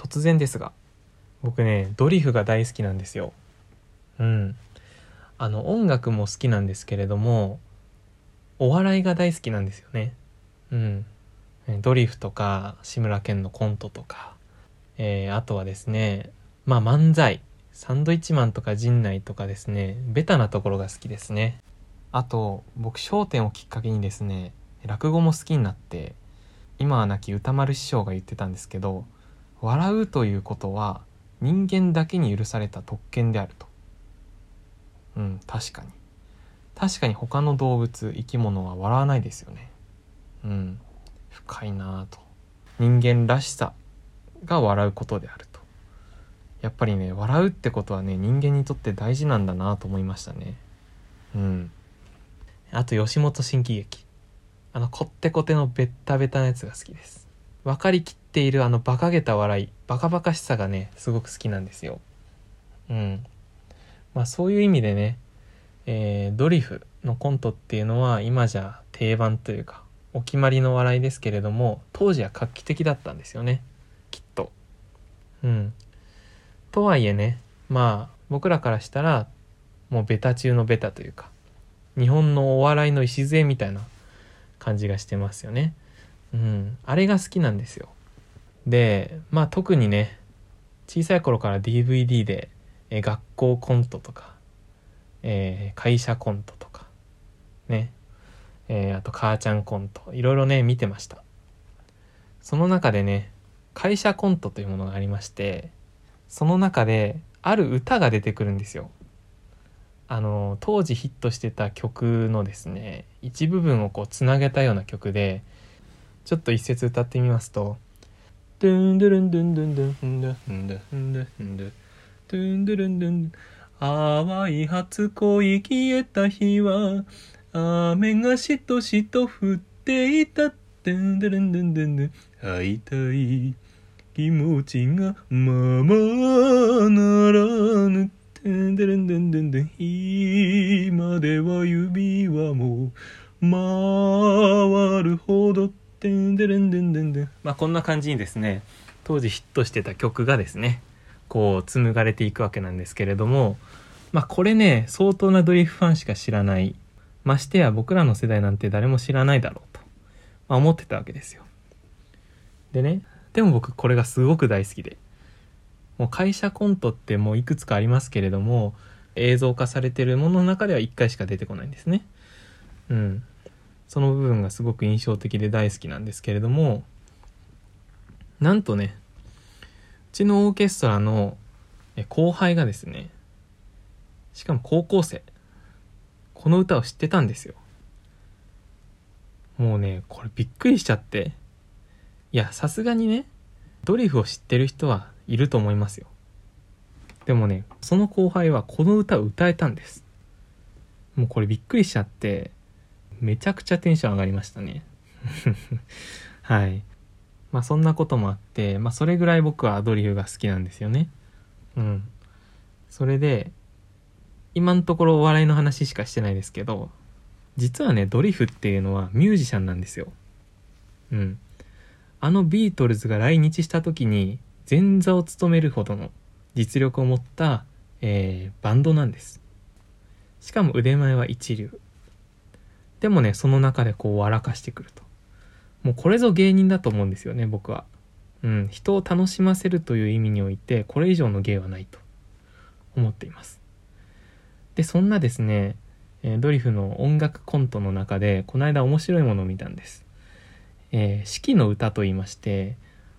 突然ですが、僕ねドリフが大好きなんですよ。音楽も好きなんですけれども、お笑いが大好きなんですよね。ドリフとか志村けんのコントとか、あとはですね、漫才、サンドイッチマンとか陣内とかですね、ベタなところが好きですね。あと僕笑点をきっかけにですね、落語も好きになって、今は亡き歌丸師匠が言ってたんですけど、笑うということは人間だけに許された特権であると。確かに他の動物生き物は笑わないですよね。深いなぁと。人間らしさが笑うことであると。やっぱりね、笑うってことはね、人間にとって大事なんだなと思いましたね。あと吉本新喜劇、こってこてのベッタベタなやつが好きです。分かりきっている馬鹿げた笑い、バカバカしさがねすごく好きなんですよ。そういう意味でね、ドリフのコントっていうのは今じゃ定番というかお決まりの笑いですけれども、当時は画期的だったんですよね、きっと。とはいえね、僕らからしたらもうベタ中のベタというか、日本のお笑いの礎みたいな感じがしてますよね。あれが好きなんですよ。で、特にね、小さい頃から DVD で、学校コントとか、会社コントとかね、あと母ちゃんコント、いろいろね見てました。その中でね、会社コントというものがありまして、その中である歌が出てくるんですよ。当時ヒットしてた曲のですね、一部分をこうつなげたような曲で、ちょっと一節歌ってみますと、ドゥンドゥルンドゥンドゥンドゥンドゥンドゥンドゥンドゥンドゥンドゥルンドゥン、淡い初恋消えた日は雨がしとしと降っていた、ドゥンドゥルンドゥンドゥンドゥン、会いたい気持ちがままならぬ、ドゥンドゥルンドゥンドゥンドゥン、今では指輪も回るほど、ドゥンドゥルンドゥンドゥンドゥン。こんな感じにですね、当時ヒットしてた曲がですね、こう紡がれていくわけなんですけれども、これね、相当なドリフファンしか知らない、ましてや僕らの世代なんて誰も知らないだろうと、思ってたわけですよ。でね、でも僕これがすごく大好きで、もう会社コントってもういくつかありますけれども、映像化されてるものの中では1回しか出てこないんですね。その部分がすごく印象的で大好きなんですけれども、なんとね、うちのオーケストラの後輩がですね、しかも高校生、この歌を知ってたんですよ。もうね、これびっくりしちゃって、いや、さすがにね、ドリフを知ってる人はいると思いますよ。でもね、その後輩はこの歌を歌えたんです。もうこれびっくりしちゃって、めちゃくちゃテンション上がりましたね。はい。そんなこともあって、それぐらい僕はドリフが好きなんですよね。それで、今のところお笑いの話しかしてないですけど、実はね、ドリフっていうのはミュージシャンなんですよ。ビートルズが来日した時に前座を務めるほどの実力を持った、バンドなんです。しかも腕前は一流。でもね、その中でこう笑かしてくると。もうこれぞ芸人だと思うんですよね、僕は。人を楽しませるという意味において、これ以上の芸はないと思っています。で、そんなですね、ドリフの音楽コントの中で、この間面白いものを見たんです。四季の歌と言いまして、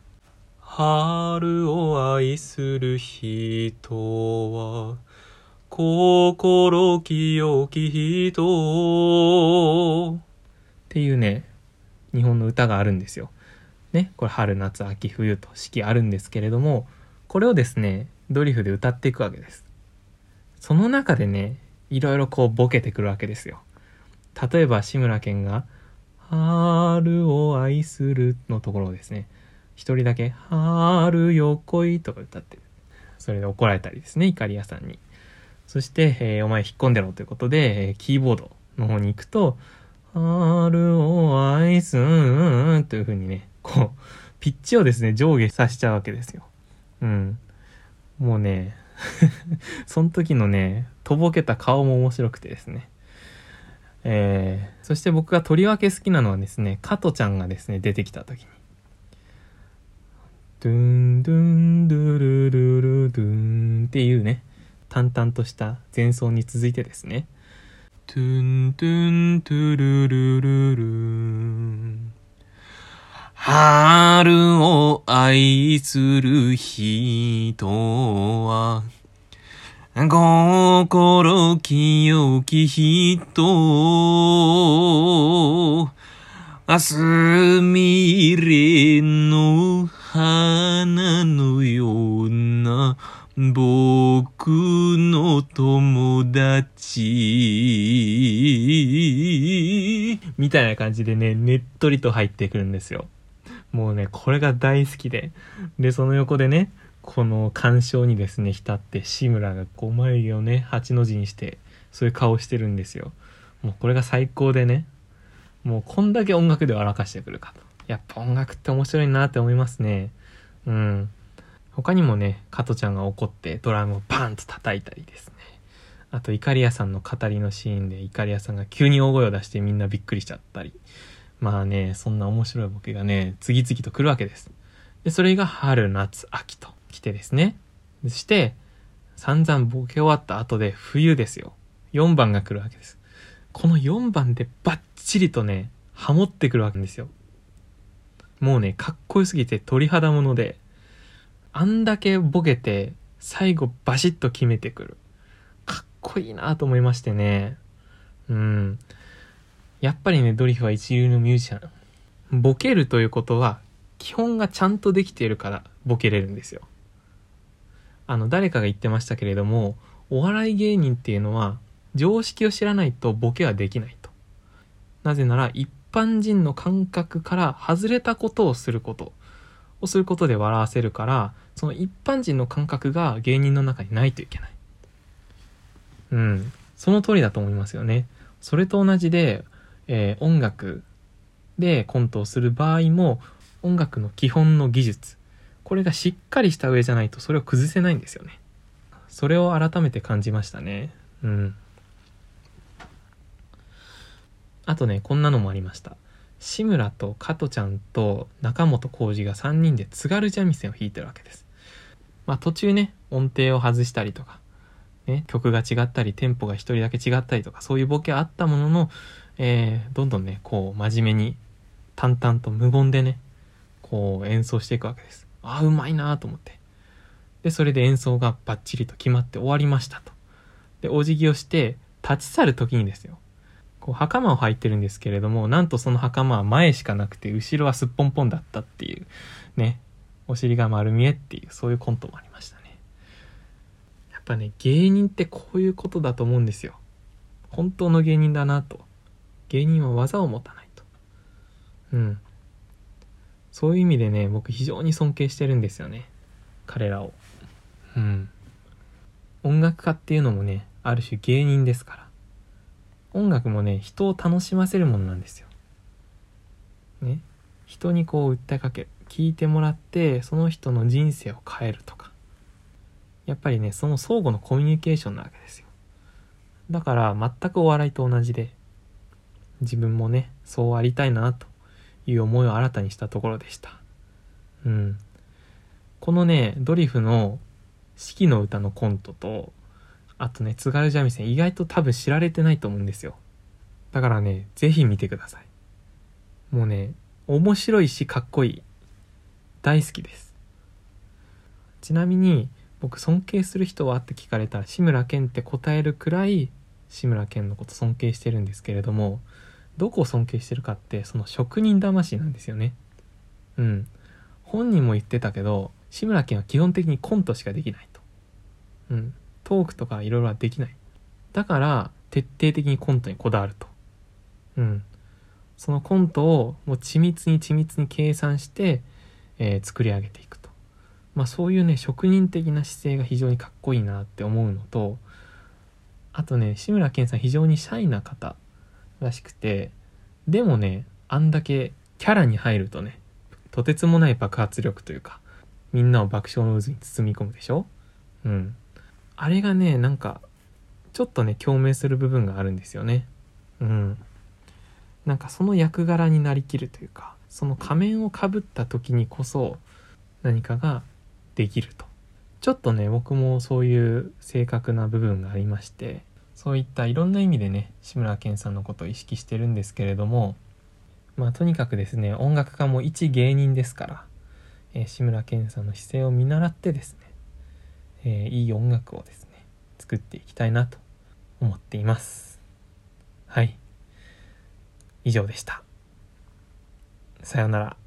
春を愛する人は心清き人っていうね、日本の歌があるんですよ。ね、これ春夏秋冬と四季あるんですけれども、これをですね、ドリフで歌っていくわけです。その中でね、いろいろこうボケてくるわけですよ。例えば志村けんが春を愛するのところをですね、一人だけ春よ来いとか歌ってる。それで怒られたりですね、イカリアさんに。そして、お前引っ込んでろということで、キーボードの方に行くと、春を愛すという風にね、こうピッチをですね上下させちゃうわけですよ。 もうねその時のねとぼけた顔も面白くてですね、そして僕がとりわけ好きなのはですね、加トちゃんがですね出てきた時にドゥンドゥンドゥルルルドゥンっていうね淡々とした前奏に続いてですね、トゥントゥントゥルルルルン、春を愛する人は心清き人、すみれの花のような僕の友達みたいな感じでね、ねっとりと入ってくるんですよ。もうねこれが大好きで、その横でねこの鑑賞にですね浸って志村がこう眉毛をね8の字にしてそういう顔してるんですよ。もうこれが最高でね、もうこんだけ音楽で笑かしてくるかと、やっぱ音楽って面白いなって思いますね。他にもね加トちゃんが怒ってドラムをバーンと叩いたりですね、あとイカリアさんの語りのシーンでイカリアさんが急に大声を出してみんなびっくりしちゃったり、まあねそんな面白いボケがね次々と来るわけです。でそれが春夏秋と来てですね、そして散々ボケ終わった後で冬ですよ、4番が来るわけです。この4番でバッチリとねハモってくるわけですよ。もうねかっこよすぎて鳥肌もので、あんだけボケて最後バシッと決めてくる、かっこいいなと思いましてね。やっぱりねドリフは一流のミュージシャン、ボケるということは基本がちゃんとできているからボケれるんですよ。誰かが言ってましたけれども、お笑い芸人っていうのは常識を知らないとボケはできないと。なぜなら一般人の感覚から外れたことをすることで笑わせるから、その一般人の感覚が芸人の中にないといけない。その通りだと思いますよね。それと同じで、音楽でコントをする場合も音楽の基本の技術、これがしっかりした上じゃないとそれを崩せないんですよね。それを改めて感じましたね。あとねこんなのもありました。志村と加トちゃんと中本浩二が3人で津軽三味線を弾いてるわけです。途中ね音程を外したりとか、ね、曲が違ったりテンポが一人だけ違ったりとか、そういうボケはあったものの、どんどんねこう真面目に淡々と無言でねこう演奏していくわけです。うまいなと思って、でそれで演奏がバッチリと決まって終わりましたと。でお辞儀をして立ち去る時にですよ、こう袴を履いてるんですけれども、なんとその袴は前しかなくて後ろはすっぽんぽんだったっていうね、お尻が丸見えっていう、そういうコントもありましたね。やっぱね芸人ってこういうことだと思うんですよ。本当の芸人だなと。芸人は技を持たないと。そういう意味でね僕非常に尊敬してるんですよね、彼らを。音楽家っていうのもねある種芸人ですから、音楽もね人を楽しませるものなんですよね。人にこう訴えかける、聞いてもらってその人の人生を変えるとか、やっぱりねその相互のコミュニケーションなわけですよ。だから全くお笑いと同じで、自分もねそうありたいなという思いを新たにしたところでした。このねドリフの四季の歌のコントと、あとね津軽三味線意外と多分知られてないと思うんですよ。だからねぜひ見てください。もうね面白いしかっこいい、大好きです。ちなみに僕尊敬する人はって聞かれたら志村けんって答えるくらい志村けんのこと尊敬してるんですけれども、どこを尊敬してるかってその職人魂なんですよね。本人も言ってたけど志村けんは基本的にコントしかできないと。トークとかいろいろはできない。だから徹底的にコントにこだわると。そのコントをもう緻密に計算して、作り上げていくと。そういうね職人的な姿勢が非常にかっこいいなって思うのと、あとね志村けんさん非常にシャイな方らしくて、でもねあんだけキャラに入るとねとてつもない爆発力というかみんなを爆笑の渦に包み込むでしょ。うん。あれがね、なんかちょっとね共鳴する部分があるんですよね。うん。なんかその役柄になりきるというか、その仮面をかぶった時にこそ何かができると。ちょっとね僕もそういう正確な部分がありまして、そういったいろんな意味でね志村けんさんのことを意識してるんですけれども、まあとにかくですね、音楽家も一芸人ですから、志村けんさんの姿勢を見習ってですね、いい音楽をですね作っていきたいなと思っています。はい、以上でした。さようなら。